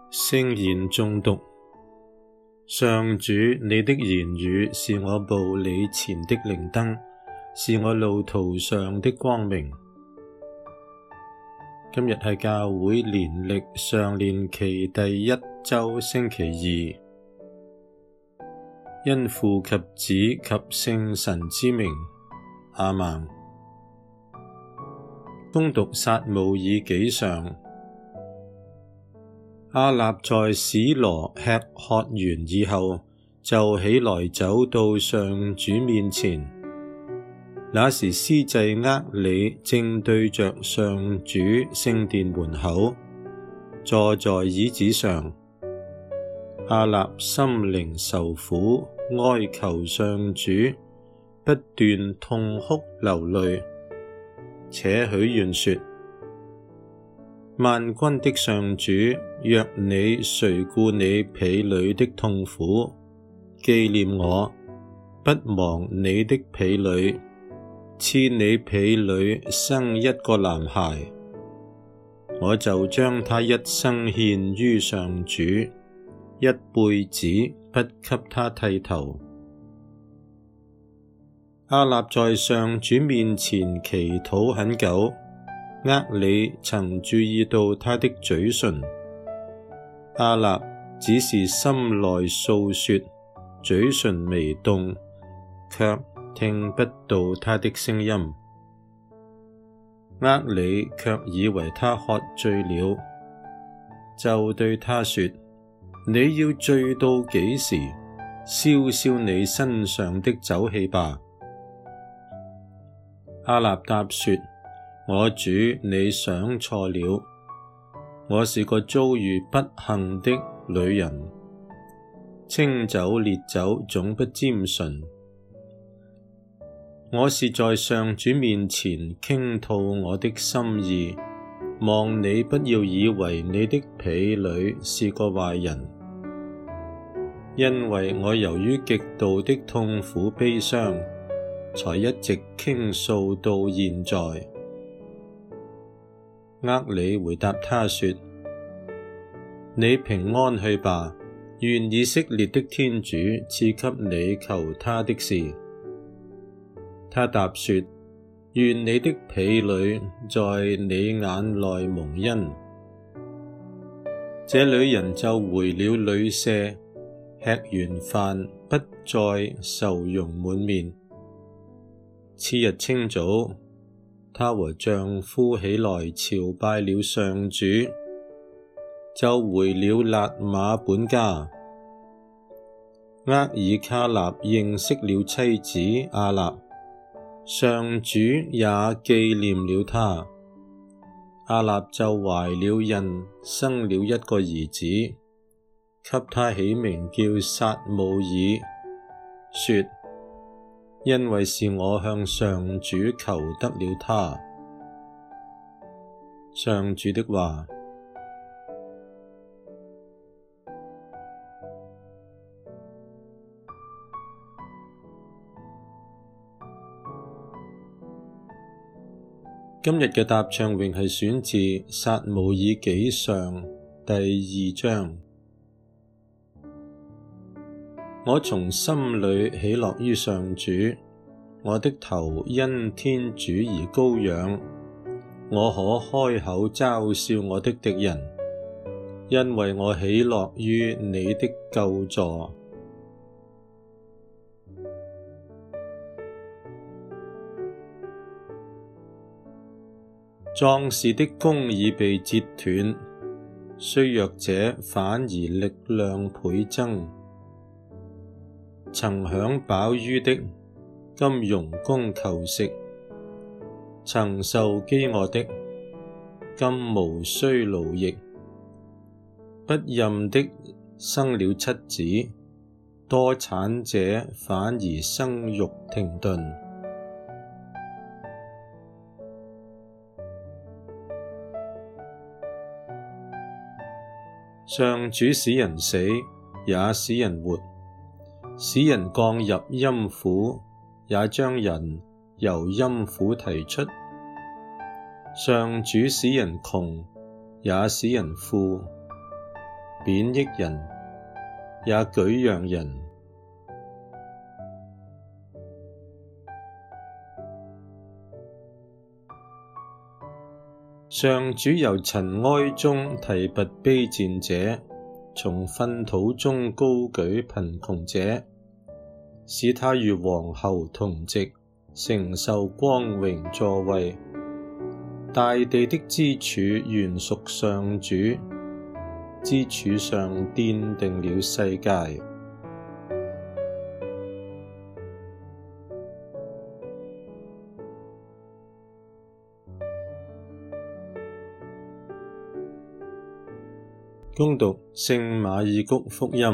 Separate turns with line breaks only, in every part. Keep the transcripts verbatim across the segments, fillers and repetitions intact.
聖言誦讀。上主，你的言語是我步履前的靈燈，是我路途上的光明。今日係教會年曆常年期第一周星期二，因父及子及聖神之名，阿們。恭讀撒慕爾紀上。亞納在史羅吃喝完以後，就起來走到上主面前。那時司祭厄里正對着上主聖殿門口，坐在椅子上。亞納心靈愁苦，哀求上主，不斷痛哭流淚，且許願說：萬軍的上主，若你垂顧你婢女的痛苦，紀念我，不忘你的婢女，賜你婢女生一個男孩，我就將他一生獻於上主，一輩子不給他剃頭。亞納在上主面前祈禱很久。厄里曾注意到他的嘴唇，亞納只是心內訴說，嘴唇微動，卻聽不到他的聲音。厄里卻以為他喝醉了，就對他說：你要醉到幾時？消消你身上的酒氣吧。亞納答說：我主，你想錯了，我是個遭遇不幸的女人，清酒烈酒總不沾唇。我是在上主面前傾吐我的心意，望你不要以為你的婢女是個壞人，因為我由於極度的痛苦悲傷，才一直傾訴到現在。厄里回答他說：你平安去吧，願以色列的天主賜給你求他的事。他答說：願你的婢女在你眼內蒙恩。這女人就回了旅舍，吃完飯不再愁容滿面。次日清早，她和丈夫起來朝拜了上主，就回了辣瑪本家。厄爾卡納認識了妻子亞納，上主也紀念了她。亞納就懷了孕，生了一個兒子，給他起名叫撒慕爾，說：因為是我向上主求得了他。上主的話。今日嘅答唱詠係選自撒慕爾紀上第二章。我從心裏喜樂於上主，我的頭因天主而高仰。我可開口嘲笑我的敵人，因為我喜樂於你的救助。壯士的弓已被折斷，衰弱者反而力量倍增。曾享飽飫的，今傭工求食；曾受饑餓的，今無須勞役。不孕的生了七子，多產者反而生育停頓。上主使人死，也使人活，使人降入陰府，也將人由陰府提出。上主使人窮，也使人富， 貶抑人，也舉揚人。上主由塵埃中提拔卑賤者，從糞土中高舉貧窮者，使他與王侯同席，承受光榮座位。大地的支柱原屬上主，支柱上奠定了世界。恭讀聖馬爾谷福音。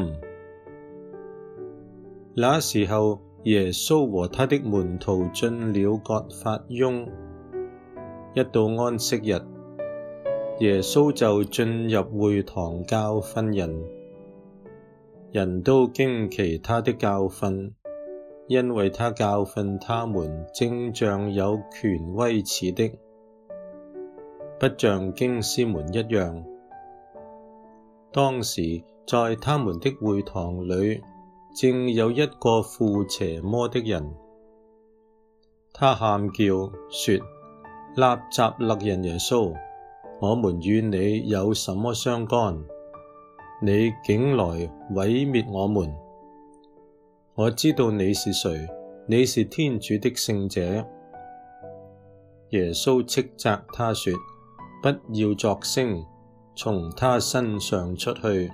那時候，耶穌和他的門徒進了葛法翁。一到安息日，耶穌就進入會堂教訓人。人都驚奇他的教訓，因為他教訓他們正像有權威似的，不像經師們一樣。當時在他們的會堂裏，正有一個附邪魔的人，他喊叫說：納匝肋人耶穌，我們與你有什麼相干？你竟來毀滅我們！我知道你是誰，你是天主的聖者。耶穌斥責他說：不要作聲，從他身上出去。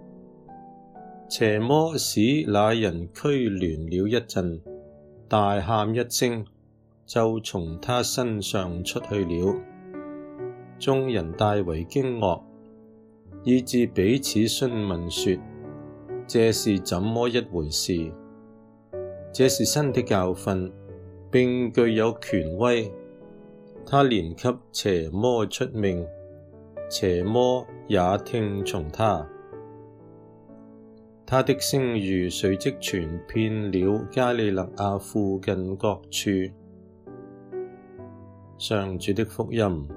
邪魔使那人拘攣了一陣，大喊一聲，就從他身上出去了。眾人大為驚愕，以致彼此詢問說：這是怎麼一回事？這是新的教訓，並具有權威。他連給邪魔出命，邪魔也聽從他。他的聲譽隨即傳遍了加里肋亞附近各處。上主的福音。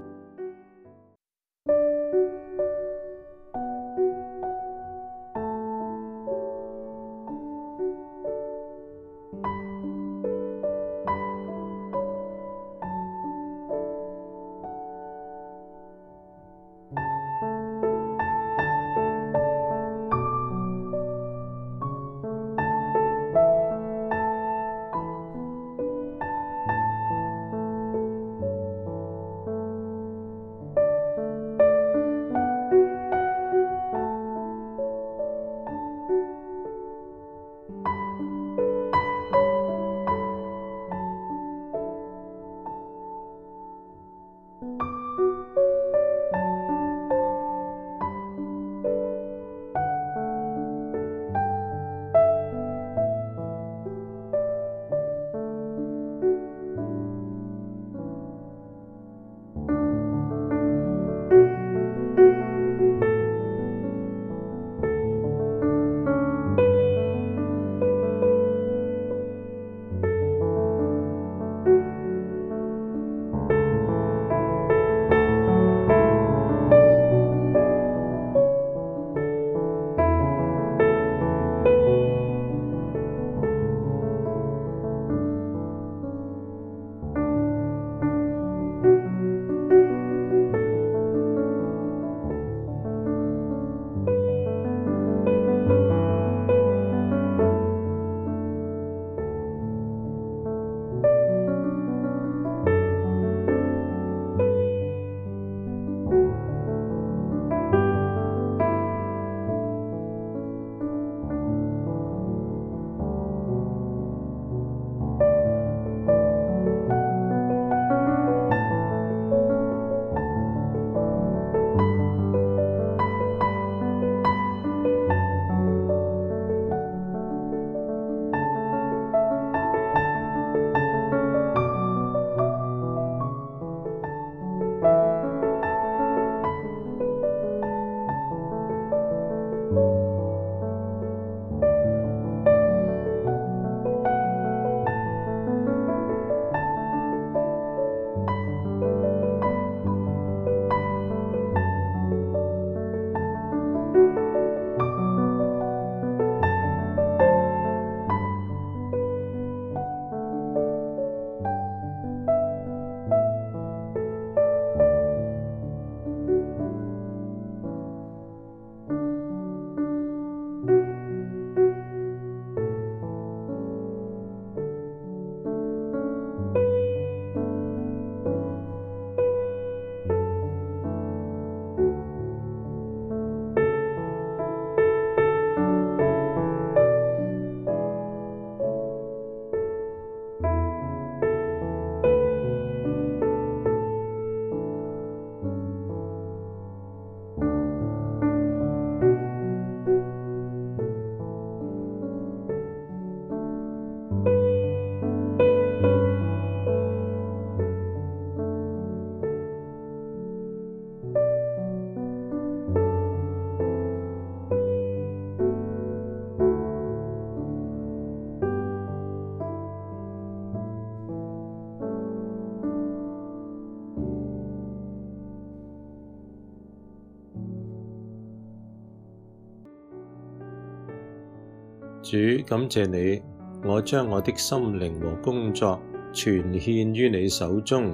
主，感謝你，我將我的心靈和工作全獻於你手中。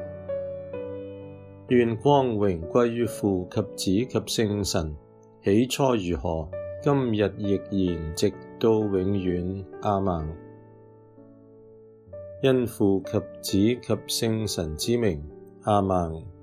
願光榮歸於父及子及聖神，起初如何，今日亦然，直到永遠。阿們。因父及子及聖神之名。阿們。